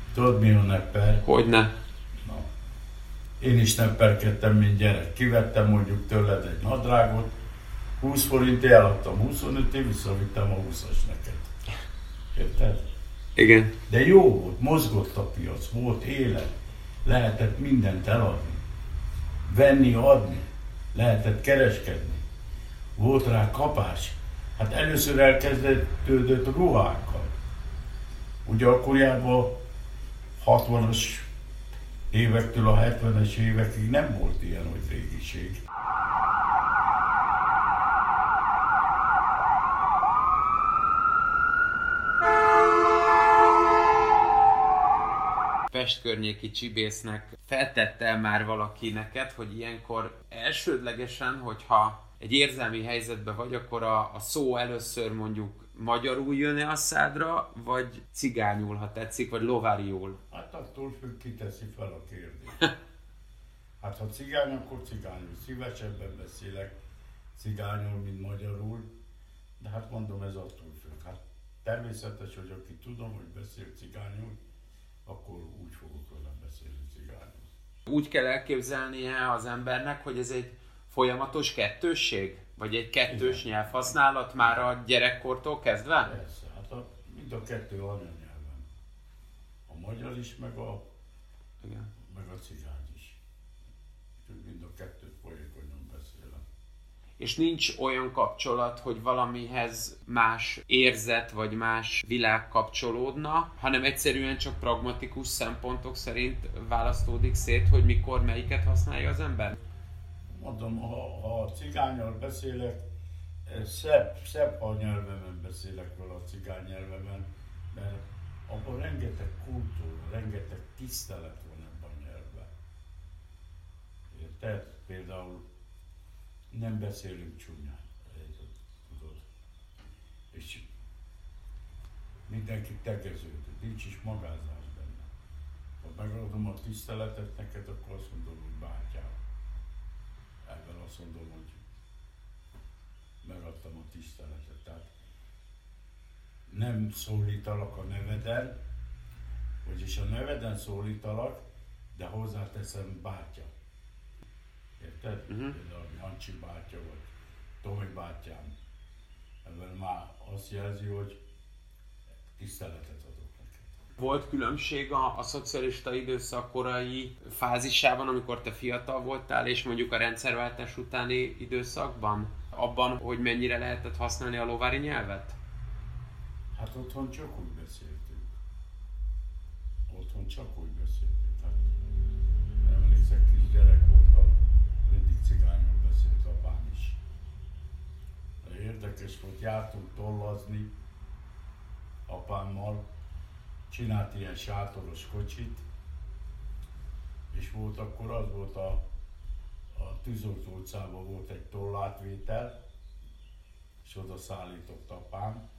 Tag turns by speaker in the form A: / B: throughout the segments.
A: Tudod mi a nepper?
B: Hogyne.
A: Na. Én is nepperkedtem, mint gyerek. Kivettem mondjuk tőled egy nadrágot, 20 forintért eladtam 25-ért, visszavittem a 20-as neked. Érted?
B: Igen.
A: De jó volt, mozgott a piac, volt élet, lehetett mindent eladni, venni, adni, lehetett kereskedni, volt rá kapás. Hát először elkezdődött ruhákkal. Ugye akkoriában 60-as évektől a 70-es évekig nem volt ilyen, hogy régiség.
B: Pest környéki csibésznek feltette már valaki neked, hogy ilyenkor elsődlegesen, hogyha egy érzelmi helyzetben vagy, akkor a szó először mondjuk magyarul jön-e a szádra, vagy cigányul, ha tetszik, vagy lováriul?
A: Hát attól függ, ki teszi fel a kérdést. Hát ha cigány, akkor cigányul. Szívesebben beszélek cigányul, mint magyarul. De hát mondom, ez attól függ. Hát természetes, hogy aki tudom, hogy beszél cigányul, akkor úgy fogok vele beszélni cigányul.
B: Úgy kell elképzelnie az embernek, hogy ez egy folyamatos kettősség? Vagy egy kettős
A: Igen.
B: nyelvhasználat már a gyerekkortól kezdve?
A: Persze, hát mind a kettő anyanyelven. A magyar is,
B: Igen.
A: meg a cigány is. Úgyhogy mind a kettőt folyékonyan beszélem.
B: És nincs olyan kapcsolat, hogy valamihez más érzet vagy más világ kapcsolódna, hanem egyszerűen csak pragmatikus szempontok szerint választódik szét, hogy mikor melyiket használja az ember?
A: Mondom, ha a cigányal beszélek, szebb a nyelvemen beszélek vele, a cigány nyelvemen, mert abban rengeteg kultúra, rengeteg tisztelet van ebben a nyelvben. Érted? Például nem beszélünk csúnyán, tudod. És mindenki tegeződik, nincs is magázás benne. Ha megadom a tiszteletet neked, akkor azt mondom, hogy bátyám. Ebben azt mondom, hogy megadtam a tiszteletet. Tehát nem szólítalak a neveden, vagyis a neveden szólítalak, de hozzáteszem bátya. Érted? Például Jancsi bátya vagy Tomi bátyám. Ebben már azt jelzi, hogy tiszteletet adok neked.
B: Volt különbség a szocialista időszak korai fázisában, amikor te fiatal voltál, és mondjuk a rendszerváltás utáni időszakban? Abban, hogy mennyire lehetett használni a lovári nyelvet?
A: Hát otthon csak úgy beszéltünk. Otthon csak úgy beszéltünk. Hát emlékszek, kisgyerek voltam, mindig cigányul beszélt apám is. De érdekes volt, jártunk tollazni apámmal, csinált ilyen sátoros kocsit, és volt akkor az volt a Tűzoltó utcában volt egy tollátvétel, és oda szállított apám,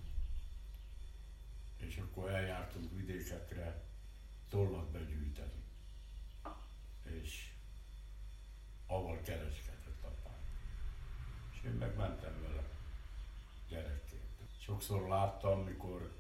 A: és akkor eljártunk vidékekre tollat begyűjteni. És avval kereskedett apám. És én meg mentem vele gyerekként. Sokszor láttam, mikor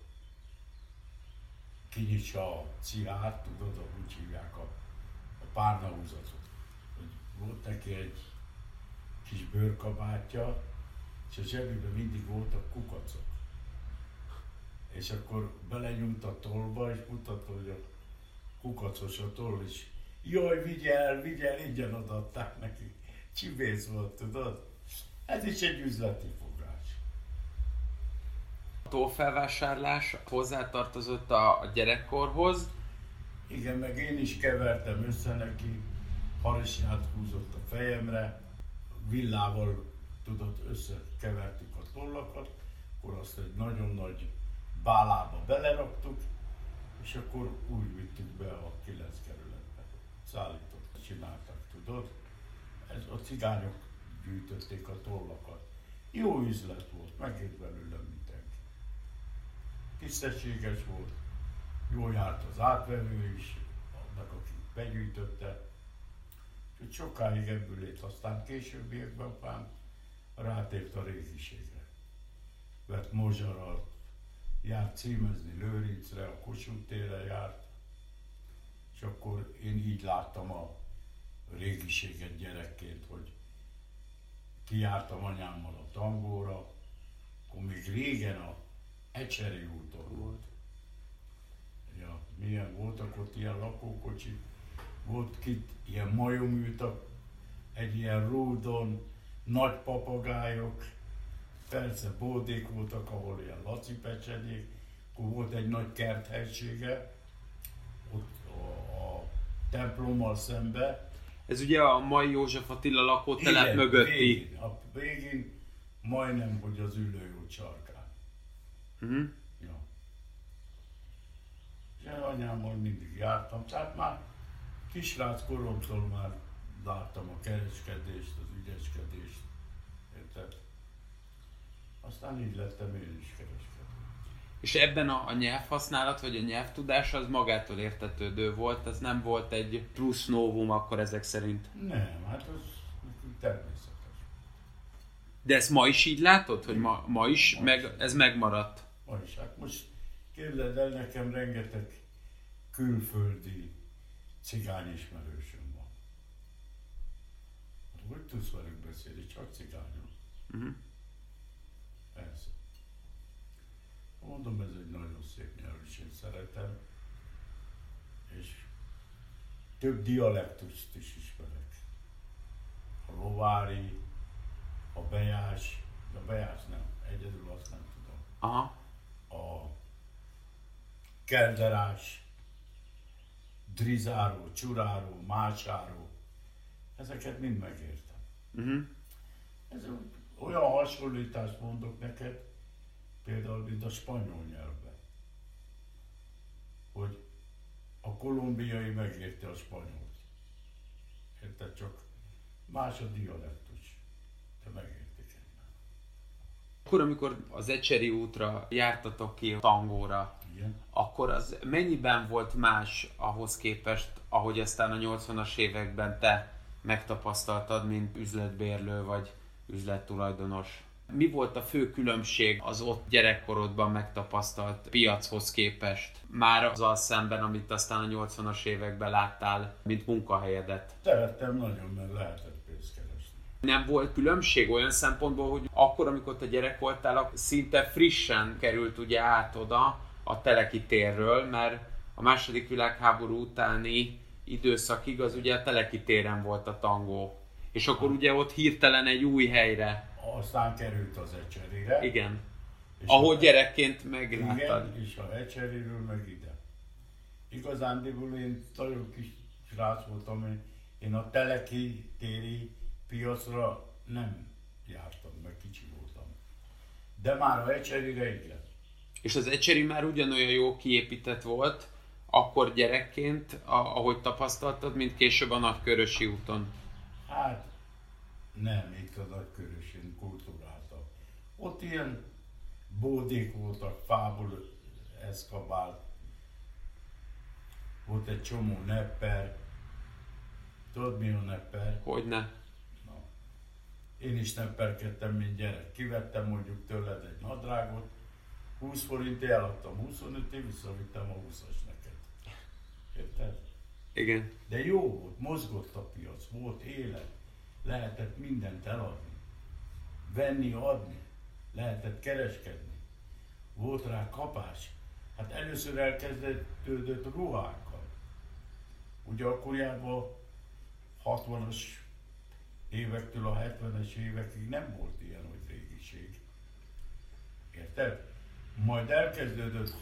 A: kinyitsa a cihát, tudod, úgy hívják a párnahúzatot. Volt neki egy kis bőrkabátja, és a zsebében mindig voltak kukacok. És akkor belenyúlt a tollba, és mutatta, hogy a kukacos a toll is. Jaj, vigyel, ingyen adatták neki. Csibész volt, tudod? Ez is egy üzleti fogás.
B: A tollfelvásárlás hozzátartozott a gyerekkorhoz.
A: Igen, meg én is kevertem össze neki, harisnyát húzott a fejemre, villával, tudod, összekevertük a tollakat, akkor azt egy nagyon nagy bálába beleraktuk, és akkor úgy vittük be a 9 kerületbe. Szállított, csináltak, tudod? Ez a cigányok gyűjtötték a tollakat. Jó üzlet volt, megért belőle mindenki. Tisztességes volt, jól járt az átvevő is, annak, aki begyűjtötte. Úgyhogy sokáig ebből élt, aztán későbbiekben apám rátért a régiségre. Vett mozsarat, járt címezni Lőrincre, a Kossuth térre járt, És akkor én így láttam a régiséget gyerekként, hogy kijártam anyámmal a tangóra, akkor még régen a Ecseri úton volt. Ja, milyen voltak ott ilyen lakókocsik, volt kit ilyen majoműtak, egy ilyen rúdon, nagy papagájok, persze bódék voltak, ahol ilyen laci pecsenyék, akkor volt egy nagy kerthelysége, ott a templommal szembe.
B: Ez ugye a mai József Attila lakótelep mögötti.
A: Végén, a végén majdnem, hogy az Üllőút sarkán. Ja. És anyámmal mindig jártam, tehát már kisrác koromtól már láttam a kereskedést, az ügyeskedést, érted? Aztán így lettem én is kereskedő.
B: És ebben a nyelvhasználat, vagy a nyelvtudás az magától értetődő volt, ez nem volt egy plusz novum akkor ezek szerint?
A: Nem, hát az természetes.
B: De ezt ma is így látod, hogy ma is ez megmaradt?
A: Ma is. Hát most képzeld el, nekem rengeteg külföldi cigányismerősöm van. Hát hogy tudsz velük beszélni? Csak cigányok. Persze. Mondom, ez egy nagyon szép nyelv, és én szeretem. És több dialektust is ismerek. A lovári, a bejás, nem, egyedül azt nem tudom.
B: Aha.
A: A kelderás, drizáró, csuráró, másáró, ezeket mind megértem. Ez olyan hasonlítást mondok neked, például mint a spanyol nyelvben, hogy a kolumbiai megérti a spanyolt. Érted? Csak más a dialektus, de megértik egymást.
B: Akkor, amikor az Ecseri útra jártatok ki a tangóra,
A: Igen.
B: akkor az mennyiben volt más ahhoz képest, ahogy aztán a 80-as években te megtapasztaltad, mint üzletbérlő vagy üzlettulajdonos? Mi volt a fő különbség az ott gyerekkorodban megtapasztalt piachoz képest? Már azzal szemben, amit aztán a 80-as években láttál, mint munkahelyedet.
A: Szerettem nagyon, mert lehetett pénzt keresni.
B: Nem volt különbség olyan szempontból, hogy akkor, amikor te gyerek voltál, szinte frissen került ugye át oda a Teleki térről, mert a II. Világháború utáni időszakig az ugye a Teleki téren volt a tangó. És akkor ugye ott hirtelen egy új helyre.
A: Aztán került az Ecserire.
B: Igen. Ahogy gyerekként megláttad.
A: Igen, és a Ecseriről meg ide. Igazándiból én nagyon kis srác voltam, én a Teleki téri piacra nem jártam, meg kicsi voltam. De már a Ecserire igen.
B: És az Ecseri már ugyanolyan jó kiépített volt, akkor gyerekként, ahogy tapasztaltad, mint később a Nagykörösi úton.
A: Hát nem, itt a Nagykörösén kultúráltak. Ott ilyen bódék voltak, fából eszkabált. Volt egy csomó nepper. Tudod mi a nepper?
B: Hogyne.
A: Na. Én is nepperkedtem, mint gyerek. Kivettem mondjuk tőled egy nadrágot, 20 forintért eladtam 25-ért, visszavittem a 20-as neked. Érted?
B: Igen.
A: De jó volt, mozgott a piac, volt élet, lehetett mindent eladni, venni, adni, lehetett kereskedni, volt rá kapás. Hát először elkezdődött ruhákkal. Ugye akkoriában 60-as évektől a 70-es évekig nem volt ilyen, hogy régiség. Érted? Majd elkezdődött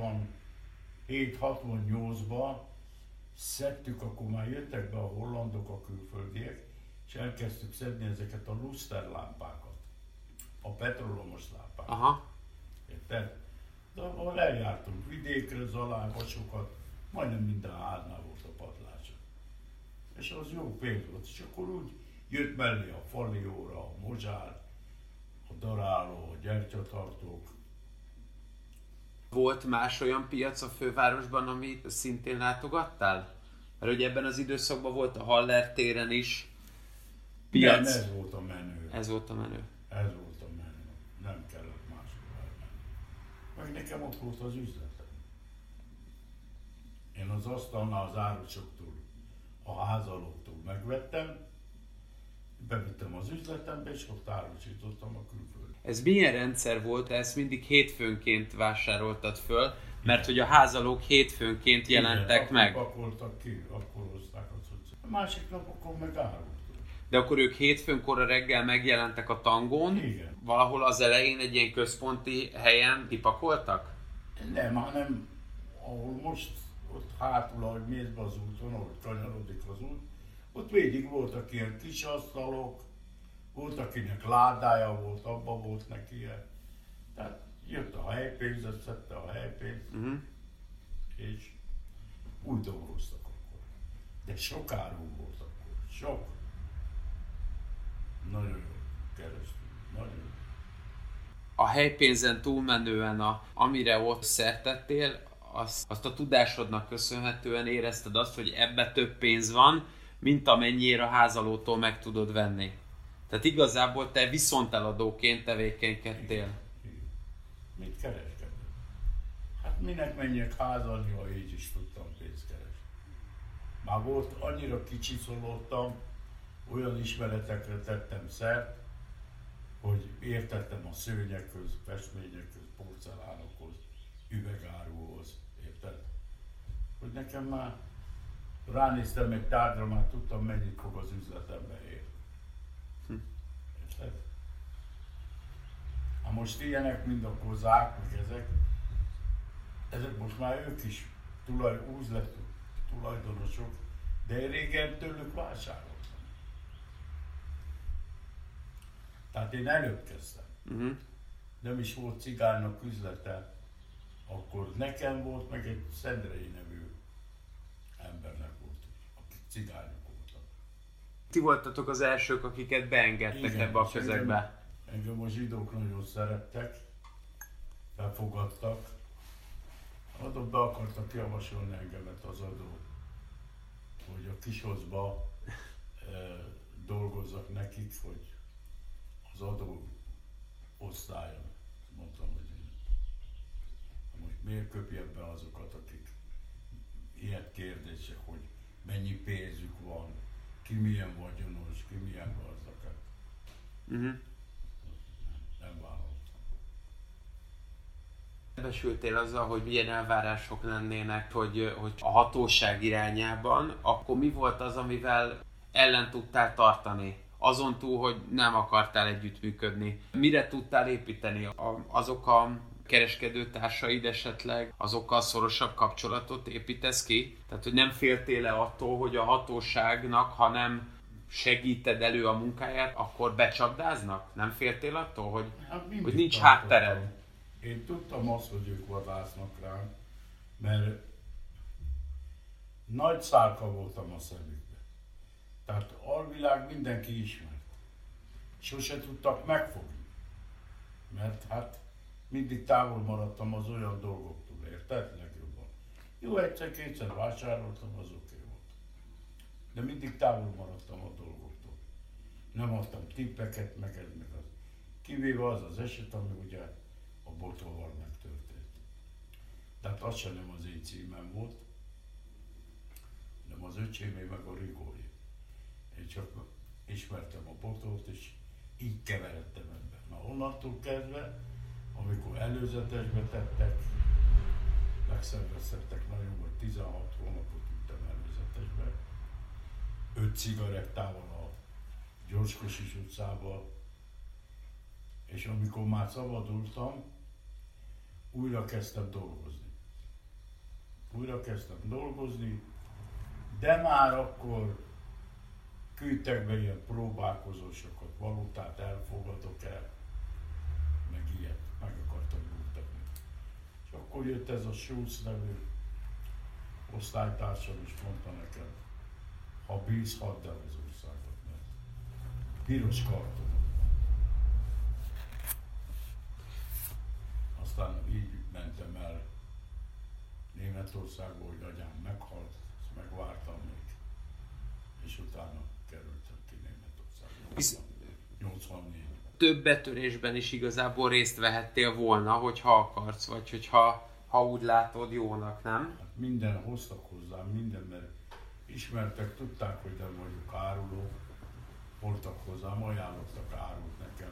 A: 67-68-ban, szedtük, akkor már jöttek be a hollandok, a külföldiek, és elkezdtük szedni ezeket a luszterlámpákat, a petrolomos lámpákat.
B: Aha.
A: Érted? De ahol eljártunk vidékre, Zalávasokat, majdnem minden háznál volt a padlás. És az jó pénz volt. És akkor úgy jött mellé a falióra, a mozsár, a daráló, a gyertyatartók.
B: Volt más olyan piac a fővárosban, amit szintén látogattál? Mert ugye ebben az időszakban volt a Haller téren is piac.
A: Nem, ez volt a menő.
B: Ez volt a menő.
A: Ez volt a menő. Nem kellett máshol elmenni. Meg nekem ott volt az üzletem. Én az asztalnál az árusoktól, a házalóktól megvettem, bevittem az üzletembe, és ott árusítottam a külföldre.
B: Ez milyen rendszer volt? Ezt mindig hétfőnként vásároltad föl, mert hogy a házalók hétfőnként jelentek
A: igen,
B: meg.
A: akkor pakoltak ki, akkor hozták a cuccot. A másik napokon meg árultak.
B: De akkor ők hétfőnkorra reggel megjelentek a tangón,
A: Igen.
B: valahol az elején egy ilyen központi helyen kipakoltak?
A: Nem, hanem ahol most, ott hátul, ahogy mész be az úton, ahogy kanyarodik az út, ott végig voltak ilyen kis asztalok, volt akinek ládája volt, abba volt neki ilyen. Tehát jött a helypénz, szedte a helypénzt, és úgy dolgoztak akkor. De sok áru volt akkor, sok. Nagyon jól kerestünk, nagyon jól.
B: A helypénzen túlmenően, amire ott szertettél, azt a tudásodnak köszönhetően érezted azt, hogy ebbe több pénz van, mint amennyire a házalótól meg tudod venni. Tehát igazából te viszonteladóként tevékenykedtél.
A: Igen. Mit kereskedem? Hát minek menjek házalni, ha így is tudtam pénzt keresni. Már volt, annyira kicsiszolódtam, olyan ismeretekre tettem szert, hogy értettem a szőnyekhöz, festményekhöz, porcelánokhoz, üvegáruhoz, érted? Hogy nekem már ránéztem egy tárgyra, már tudtam, mennyit fog az üzletembe érni. Érted? Ha most ilyenek, mint a kozák, meg ezek most már ők is üzleti tulajdonosok, de én régen tőlük vásároltam. Tehát én előbb kezdtem. Nem is volt cigánynak üzlete, akkor nekem volt, meg egy Szendrei nevű embernek volt, akik cigányok voltak.
B: Ti voltatok az elsők, akiket beengedtek ebbe a közegbe.
A: Engem a zsidók nagyon szerettek, befogadtak. Adott be akartak javasolni engemet az adó, hogy a Kishozba dolgozzak nekik, hogy az adó osztályon. Mondtam, hogy most miért köpjek be azokat, akik ilyet kérdések, hogy mennyi pénzük van, ki milyen vagyonos, ki milyen gazdag. Nem vállaltam.
B: Besültél azzal, hogy milyen elvárások lennének, hogy a hatóság irányában, akkor mi volt az, amivel ellen tudtál tartani? Azon túl, hogy nem akartál együttműködni. Mire tudtál építeni? Azok a kereskedőtársaid esetleg, azokkal szorosabb kapcsolatot építesz ki? Tehát, hogy nem féltél-e attól, hogy a hatóságnak, ha nem segíted elő a munkáját, akkor becsapdáznak? Nem féltél attól, hogy nincs háttered?
A: Én tudtam azt, hogy ők vadásznak rám, mert nagy szálka voltam a szemükbe. Tehát alvilág mindenki ismert. Sose tudtak megfogni. Mert hát mindig távol maradtam az olyan dolgoktól, érted? Legjobban. Jó, egyszer-kétszer vásároltam, az oké volt. De mindig távol maradtam a dolgoktól. Nem adtam tippeket, meg ez, meg az. Kivéve az eset, ami ugye a Botóval megtörtént. Tehát az sem nem az én címem volt, hanem az öcsémé meg a Rigói. Én csak ismertem a Botót, és így keveredtem ebben. Na onnantól kezdve, amikor előzetesbe tettek, megszenvedtek nagyon, vagy 16 hónapot ültem előzetesbe, 5 cigarettával a Gyorskossis utcába, és amikor már szabadultam, újra kezdtem dolgozni. De már akkor küldtek be ilyen próbálkozósokat, valutát elfogadok el, meg ilyet, meg akartak buktatni. És akkor jött ez a Schulz nevű osztálytársam, és mondta nekem, ha bíz, hadd el az országot, mert piros karton. Aztán így mentem el Németországba, hogy anyám meghalt, ezt megvártam még, és utána kerültem ki Németországba. 84.
B: Több betörésben is igazából részt vehettél volna, hogyha akarsz, vagy hogyha ha úgy látod jónak, nem?
A: Hát minden hoztak hozzám, minden, mert ismertek, tudták, hogy nem vagyok áruló, voltak hozzám, ajánlottak árut nekem,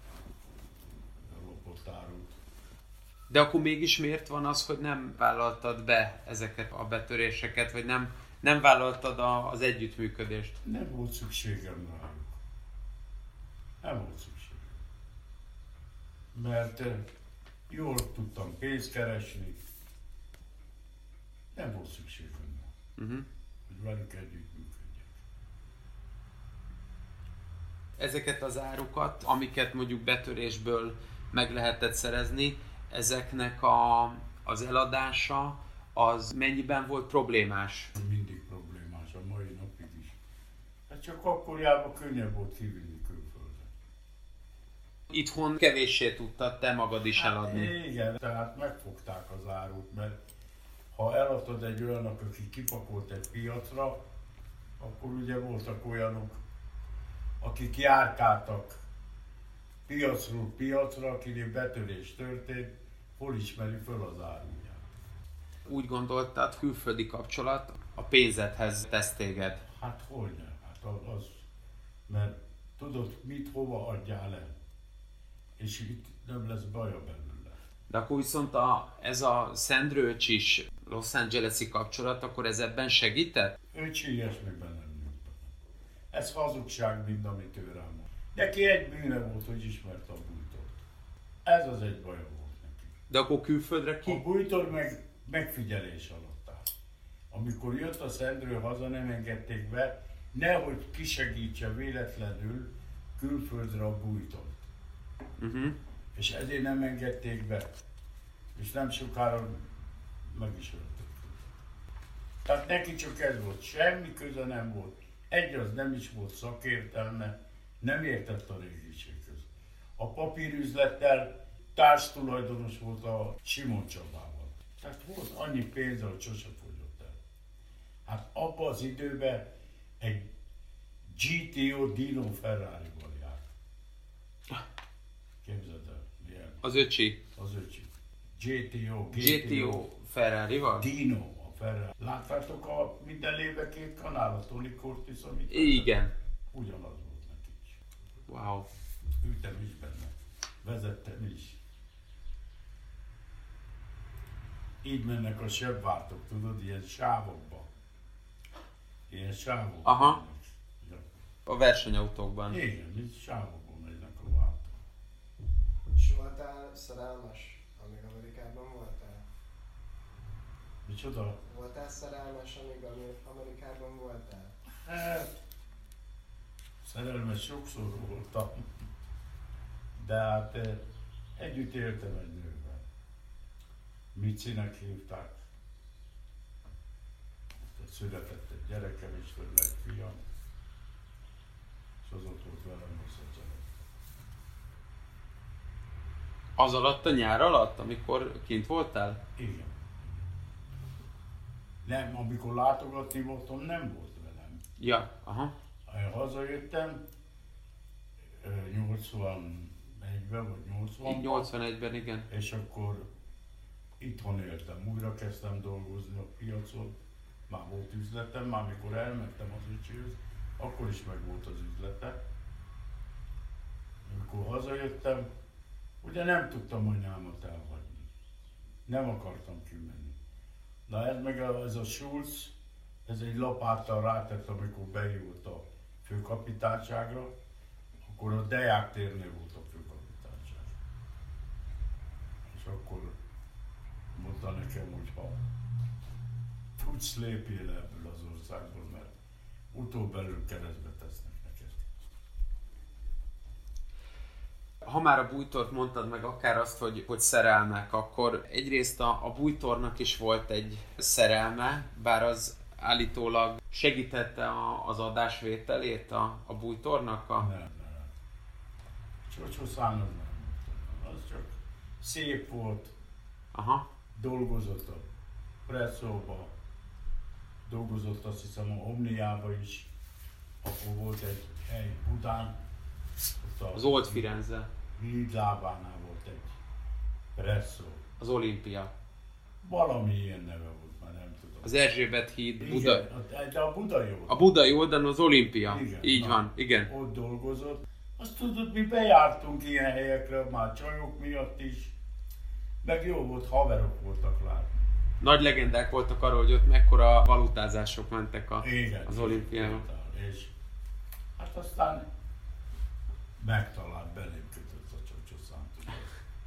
A: lopott árut.
B: De akkor mégis miért van az, hogy nem vállaltad be ezeket a betöréseket, vagy nem vállaltad az együttműködést?
A: Nem volt szükségem rájuk. Nem volt szükségem. Mert jól tudtam pénzt keresni. Nem volt szükségem rá, hogy velük együttműködjek.
B: Ezeket az árukat, amiket mondjuk betörésből meg lehetett szerezni, ezeknek az eladása, az mennyiben volt problémás?
A: Mindig problémás, a mai napig is. Hát csak akkoriában könnyebb volt kivinni külföldre.
B: Itthon kevéssé tudtad te magad is eladni.
A: Igen, tehát megfogták az árut, mert ha eladtad egy olyannak, aki kipakolt egy piacra, akkor ugye voltak olyanok, akik járkáltak piacról piacra, akinél betörés történt, hol ismeri föl az áruját.
B: Úgy gondoltad, külföldi kapcsolat a pénzedhez tesz téged?
A: Hát hogyne, hát az, mert tudod, mit hova adjál el, és itt nem lesz baja belőle.
B: De akkor viszont ez a Szendrőcsis Los Angeles-i kapcsolat, akkor ez ebben segített?
A: Öcsi ilyesmiben nem nyújt bele. Ez hazugság, mint amit ő rám mond. Neki egy bűne volt, hogy ismerte a bújtort. Ez az egy baja volt neki.
B: De akkor külföldre
A: A bújtor meg megfigyelés alatt áll. Amikor jött a Szendrő haza, nem engedték be, nehogy kisegítse véletlenül külföldre a bújtort. És ezért nem engedték be. És nem sokára meg is ölték. Tehát neki csak ez volt, semmi köze nem volt. Egy az nem is volt szakértelme, nem értett a régiséghez. A papírüzlettel társtulajdonos volt a Simon Csabával. Tehát volt annyi pénze, hogy sose fogyott el. Hát abban az időben egy GTO Dino Ferrari-val járt. Képzeld el, milyen?
B: Az öcsi.
A: Az öcsi. GTO
B: Ferrari-val?
A: Dino a Ferrari. Láttátok a minden lébe két kanál, a Tony Curtis, amit?
B: Igen.
A: Ugyanaz volt neki is.
B: Wow.
A: Ültem is benne. Vezettem is. Így mennek a sebváltók, tudod, ilyen sávokba. Ilyen sávokba.
B: Aha.
A: Ja.
B: A versenyautókban.
A: Igen, így sávokban mennek a váltók.
C: És voltál szerelmes, amíg Amerikában voltál?
A: Micsoda?
C: Voltál szerelmes, amíg Amerikában voltál?
A: Hát, szerelmes sokszor voltam. De hát együtt éltem egy nővel. Micinek hívták. Született egy gyerekem és tőle egy fiam. És az ott volt velem összegyerek.
B: Az alatt a nyár alatt, amikor kint voltál?
A: Igen. Nem, amikor látogatni voltam, nem volt velem.
B: Ja, aha.
A: Hazajöttem 81-ben vagy 80-ban.
B: 81-ben, igen.
A: És akkor itthon éltem, újra kezdtem dolgozni a piacon. Már volt üzletem, már mikor elmentem az öcséhez, akkor is meg volt az üzlete. Amikor hazajöttem, ugye nem tudtam anyámat elhagyni. Nem akartam kimenni. Na ez meg ez a Schulz, ez egy lapáttal rátett, amikor beívott a főkapitányságra, akkor a Deák térnél volt a főkapitányság. És akkor mondta nekem, hogy ha tudsz, lépjél ebből az országból, mert utóbb-belül keresztbe tesznek neked.
B: Ha már a bújtort mondtad meg, akár azt, hogy szerelmek, akkor egyrészt a bújtornak is volt egy szerelme, bár az állítólag segítette az adásvételét a bújtornak?
A: Nem. Csocsországnak nem volt. Az csak szép volt,
B: Aha.
A: dolgozott a Presszóba, dolgozott azt hiszem a Omniába is, akkor volt egy hely Budán,
B: Az Old Firenze.
A: Híd lábánál volt egy Presszó.
B: Az Olimpia.
A: Valami ilyen neve volt, már nem tudom.
B: Az Erzsébet híd,
A: Igen, de a budai oldalon.
B: A budai oldalon az Olimpia.
A: Igen,
B: Így van, igen.
A: Ott dolgozott. Azt tudod, mi bejártunk ilyen helyekre, már csajok miatt is. Meg jó volt, haverok voltak látni.
B: Nagy legendák voltak arról, hogy ott mekkora valutázások mentek az olimpián.
A: És hát aztán megtalált, belém kötött a csocsoszám, tudod.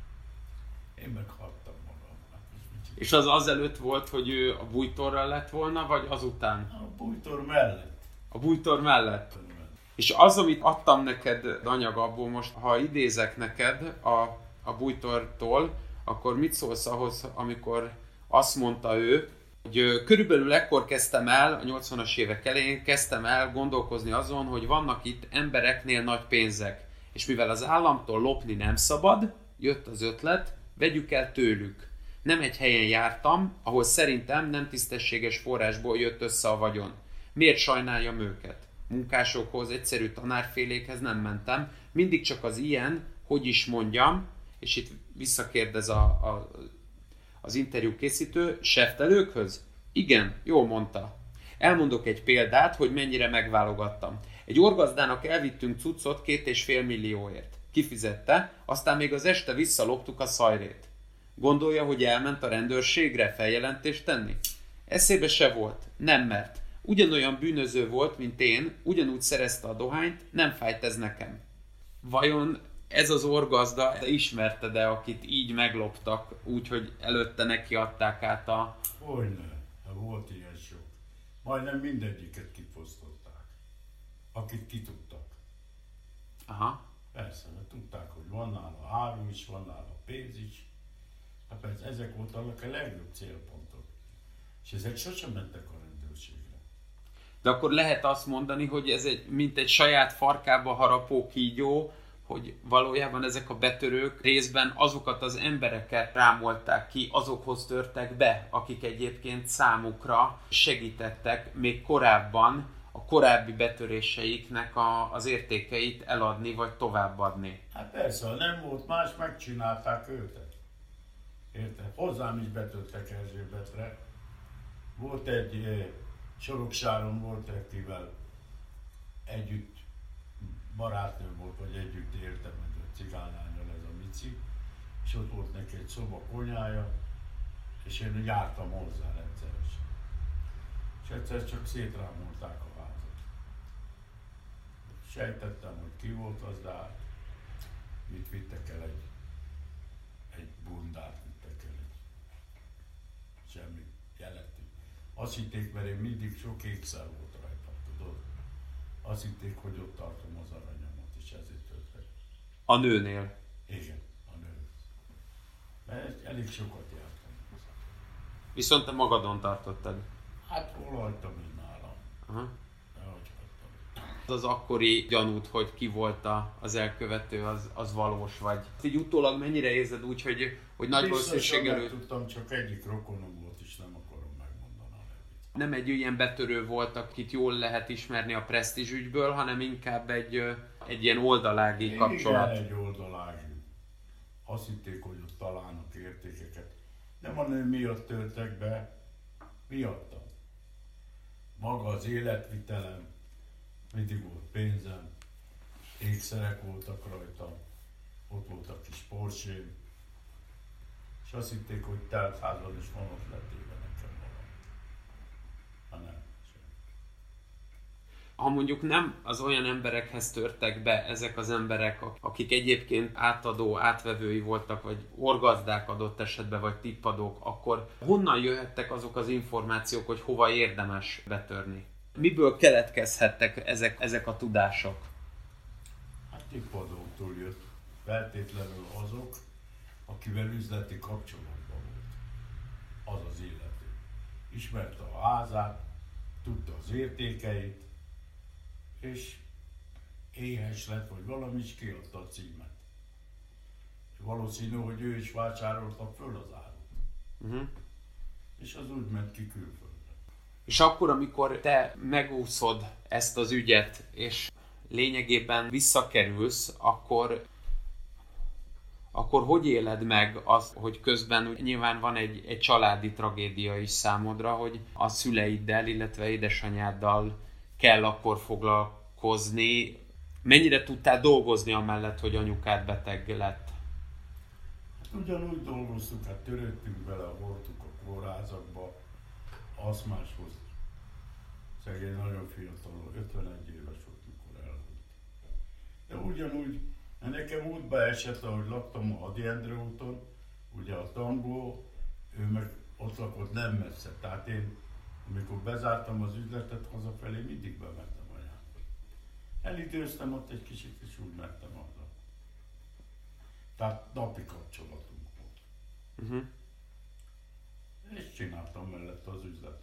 A: Én meghagytam magam.
B: És az azelőtt volt, hogy ő a bújtorral lett volna, vagy azután?
A: A bújtor mellett.
B: A bújtor mellett. És az, amit adtam neked anyag abból most, ha idézek neked a bújtortól, akkor mit szólsz ahhoz, amikor azt mondta ő, hogy körülbelül ekkor kezdtem el, a 80-as évek elején kezdtem el gondolkozni azon, hogy vannak itt embereknél nagy pénzek. És mivel az államtól lopni nem szabad, jött az ötlet, vegyük el tőlük. Nem egy helyen jártam, ahol szerintem nem tisztességes forrásból jött össze a vagyon. Miért sajnáljam őket? Munkásokhoz, egyszerű tanárfélékhez nem mentem, mindig csak az ilyen, hogy is mondjam, és itt visszakérdez az interjú készítő, seftelőkhöz? Igen, jól mondta. Elmondok egy példát, hogy mennyire megválogattam. Egy orgazdának elvittünk cuccot 2,5 millióért. Kifizette, aztán még az este visszaloptuk a szajrét. Gondolja, hogy elment a rendőrségre feljelentést tenni? Eszébe se volt, nem mert. Ugyanolyan bűnöző volt, mint én, ugyanúgy szerezte a dohányt, nem fájt ez nekem. Vajon ez az orgazda, te ismerted-e, akit így megloptak, úgyhogy előtte neki adták át a...
A: Hogyne, volt ilyen sok. Majdnem mindegyiket kifosztották, akit kitudtak.
B: Aha.
A: Persze, mert tudták, hogy van nála áru is, van nála pénz is. Hát persze, ezek voltak a legjobb célpontok. És ezek sosem mentek a rendőrségre.
B: De akkor lehet azt mondani, hogy ez mint egy saját farkába harapó kígyó, hogy valójában ezek a betörők részben azokat az embereket rámolták ki, azokhoz törtek be, akik egyébként számukra segítettek még korábban a korábbi betöréseiknek az értékeit eladni vagy továbbadni.
A: Hát persze, ha nem volt más, megcsinálták őket. Érted? Hozzám is betörtek Erzsébetre. Volt egy Soroksáron volt, akivel együtt barátnő volt, vagy együtt éltem, egy cigánylánnyal, ez a Mici, és ott volt neki egy szoba konyhája, és én jártam hozzá rendszeresen. És egyszer csak szétrámolták a házat. Sejtettem, hogy ki volt az, de hát mit vittek el, egy bundát vittek el, semmi jelentő. Azt hitték, mert én mindig sok ékszer volt rajta, tudod? Azt hitték, hogy ott tartom az aranyamat, és ezért töltek.
B: A nőnél?
A: Igen, a nő. Mert elég sokat jártam hozzá.
B: Viszont te magadon tartottad?
A: Hát hol hagytam én nálam?
B: Aha.
A: Nehogy hagytam.
B: Az akkori gyanút, hogy ki volt az elkövető, az valós vagy? Így utólag mennyire érzed úgy, hogy nagy valószínűséggel...
A: Biztosan tudtam, csak egyik rokonom volt, és nem akarom megmondani a nevét.
B: Nem egy ilyen betörő volt, akit jól lehet ismerni a presztízs ügyből, hanem inkább egy ilyen oldalági kapcsolat.
A: Igen, egy oldalági. Azt hitték, hogy ott találnak értékeket. Nem a nő miatt töltek be, miattam. Maga az életvitelem, mindig volt pénzem, ékszerek voltak rajta, ott volt a kis Porsche-m, és azt hitték, hogy telt házban is van, ott lett éve nekem valami. Ha nem, sem.
B: Ha mondjuk nem az olyan emberekhez törtek be ezek az emberek, akik egyébként átadó, átvevői voltak, vagy orgazdák adott esetben, vagy tippadók, akkor honnan jöhettek azok az információk, hogy hova érdemes betörni? Miből keletkezhettek ezek a tudások?
A: Hát tippadóktól jött, feltétlenül azok, akivel üzleti kapcsolatban volt. Az az illető. Ismerte a házát, tudta az értékeit, és éhes lett, vagy valami is kiadta a címet. És valószínű, hogy ő is vásárolta föl az árut.
B: Uh-huh.
A: És az úgy ment ki külföldre.
B: És akkor, amikor te megúszod ezt az ügyet, és lényegében visszakerülsz, akkor akkor hogy éled meg azt, hogy közben nyilván van egy családi tragédia is számodra, hogy a szüleiddel, illetve édesanyáddal kell akkor foglalkozni. Mennyire tudtál dolgozni amellett, hogy anyukád beteg lett?
A: Ugyanúgy dolgoztuk, hát törődtünk vele, voltunk a kórházakba, aszmáshoz. Szegény nagyon fiatal, 51 éves volt, mikor elhunyt. De ugyanúgy, nekem útba esett, ahogy laktam a Ady Endre úton, ugye a Tangó, ő meg ott lakott nem messze. Tehát én, amikor bezártam az üzletet hazafelé, mindig bementem anyámhoz. Elidőztem ott egy kicsit, és úgy mentem haza. Tehát napi kapcsolatunk volt.
B: Uh-huh.
A: És csináltam mellette az üzletelést.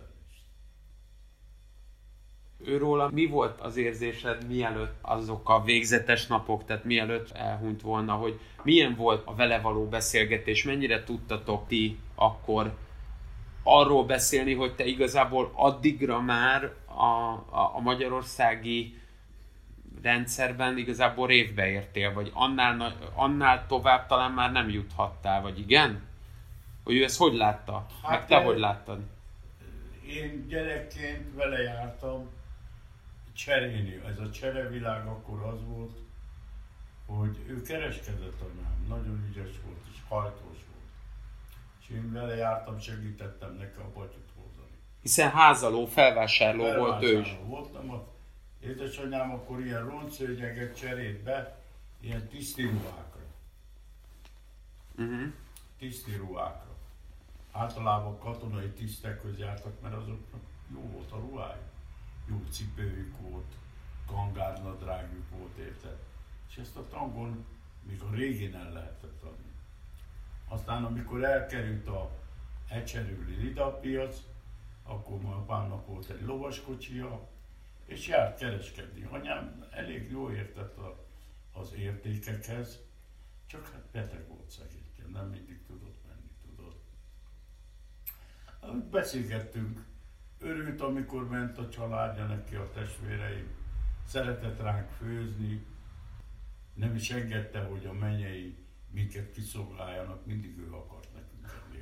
B: Őróla mi volt az érzésed, mielőtt azok a végzetes napok, tehát mielőtt elhunyt volna, hogy milyen volt a vele való beszélgetés, mennyire tudtatok ti akkor arról beszélni, hogy te igazából addigra már a magyarországi rendszerben igazából révbe értél, vagy annál tovább talán már nem juthattál, vagy igen? Hogy ő ezt hogy látta?
A: Hát
B: meg te hogy láttad?
A: Én gyerekként vele jártam cserélni. Ez a cserevilág akkor az volt, hogy ő kereskedett anyám, nagyon ügyes volt és hajtós volt. És én vele jártam, segítettem neki a batyut hordani.
B: Hiszen házaló, felvásárló volt ő is.
A: Voltam, az édesanyám akkor ilyen roncszőnyeget cserélt be, ilyen tiszti ruhákra.
B: Uh-huh.
A: Tiszti ruhákra. Általában katonai tisztekhoz jártak, mert azoknak jó volt a ruhájuk. Jó cipőjük volt, kangárnadrágjuk volt, érted? És ezt a Tangon még a régén el lehetett adni. Aztán amikor elkerült a Ecserőli Lidapiac, akkor már apámnak volt egy lovaskocsia, és járt kereskedni. Anyám elég jó értett az értékekhez, csak hát beteg volt szegényként, nem mindig tudott menni, tudod. Beszélgettünk, örült, amikor ment a családja neki, a testvéreim, szeretett ránk főzni, nem is engedte, hogy a mennyei minket kiszolgáljanak, mindig ő akart nekünk enni.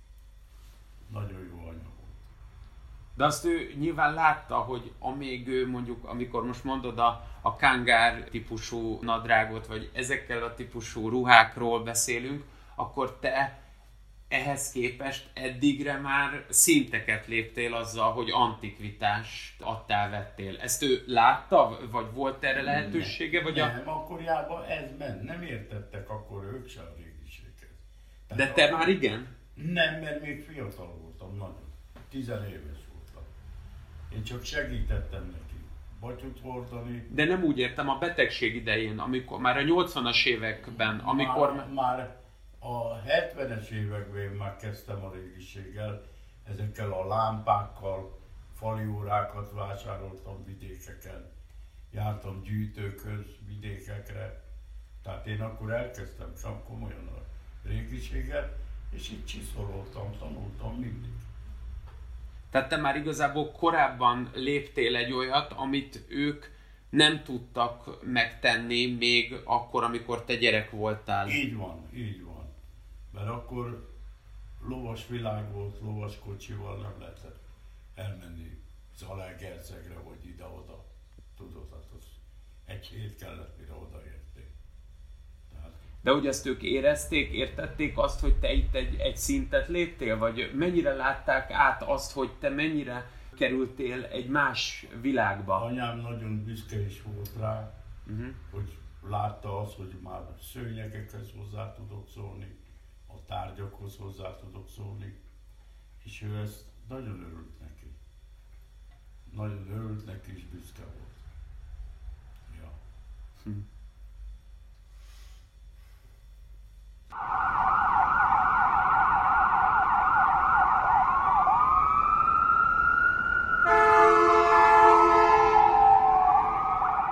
A: Nagyon jó anya volt.
B: De azt ő nyilván látta, hogy amíg ő mondjuk, amikor most mondod a kangár típusú nadrágot, vagy ezekkel a típusú ruhákról beszélünk, akkor te ehhez képest eddigre már szinteket léptél azzal, hogy antikvitást adtál-vettél. Ezt ő látta, vagy volt erre lehetősége? Vagy
A: nem, akkorjában ez ment. Nem értettek akkor ők se a régiséghez.
B: De te már igen?
A: Nem, mert még fiatal voltam, nagyon. 10 éves voltam. Én csak segítettem neki batyut hordani.
B: De nem úgy értem, a betegség idején, amikor már a 80-as években, amikor...
A: Már a 70-es években már kezdtem a régiséggel, ezekkel a lámpákkal, fali órákat vásároltam vidékeken, jártam gyűjtőkhöz, vidékekre, tehát én akkor elkezdtem sem komolyan a régiséggel, és itt csiszolódtam, tanultam mindig.
B: Tehát te már igazából korábban léptél egy olyat, amit ők nem tudtak megtenni még akkor, amikor te gyerek voltál.
A: Így van, így van. Mert akkor lovas világ volt, lovas kocsival nem lehetett elmenni Zalaegerszegre, vagy ide-oda. Tudod, hát az egy hét kellett, mire odaérték.
B: De hogy ezt ők érezték, értették azt, hogy te itt egy szintet léptél? Vagy mennyire látták át azt, hogy te mennyire kerültél egy más világba?
A: Anyám nagyon büszke is volt rá, hogy látta azt, hogy már szőnyegekhez hozzá tudok szólni, a tárgyakhoz hozzá tudok szólni, és ő ezt nagyon örült neki. Nagyon örült neki, és büszke volt. Ja.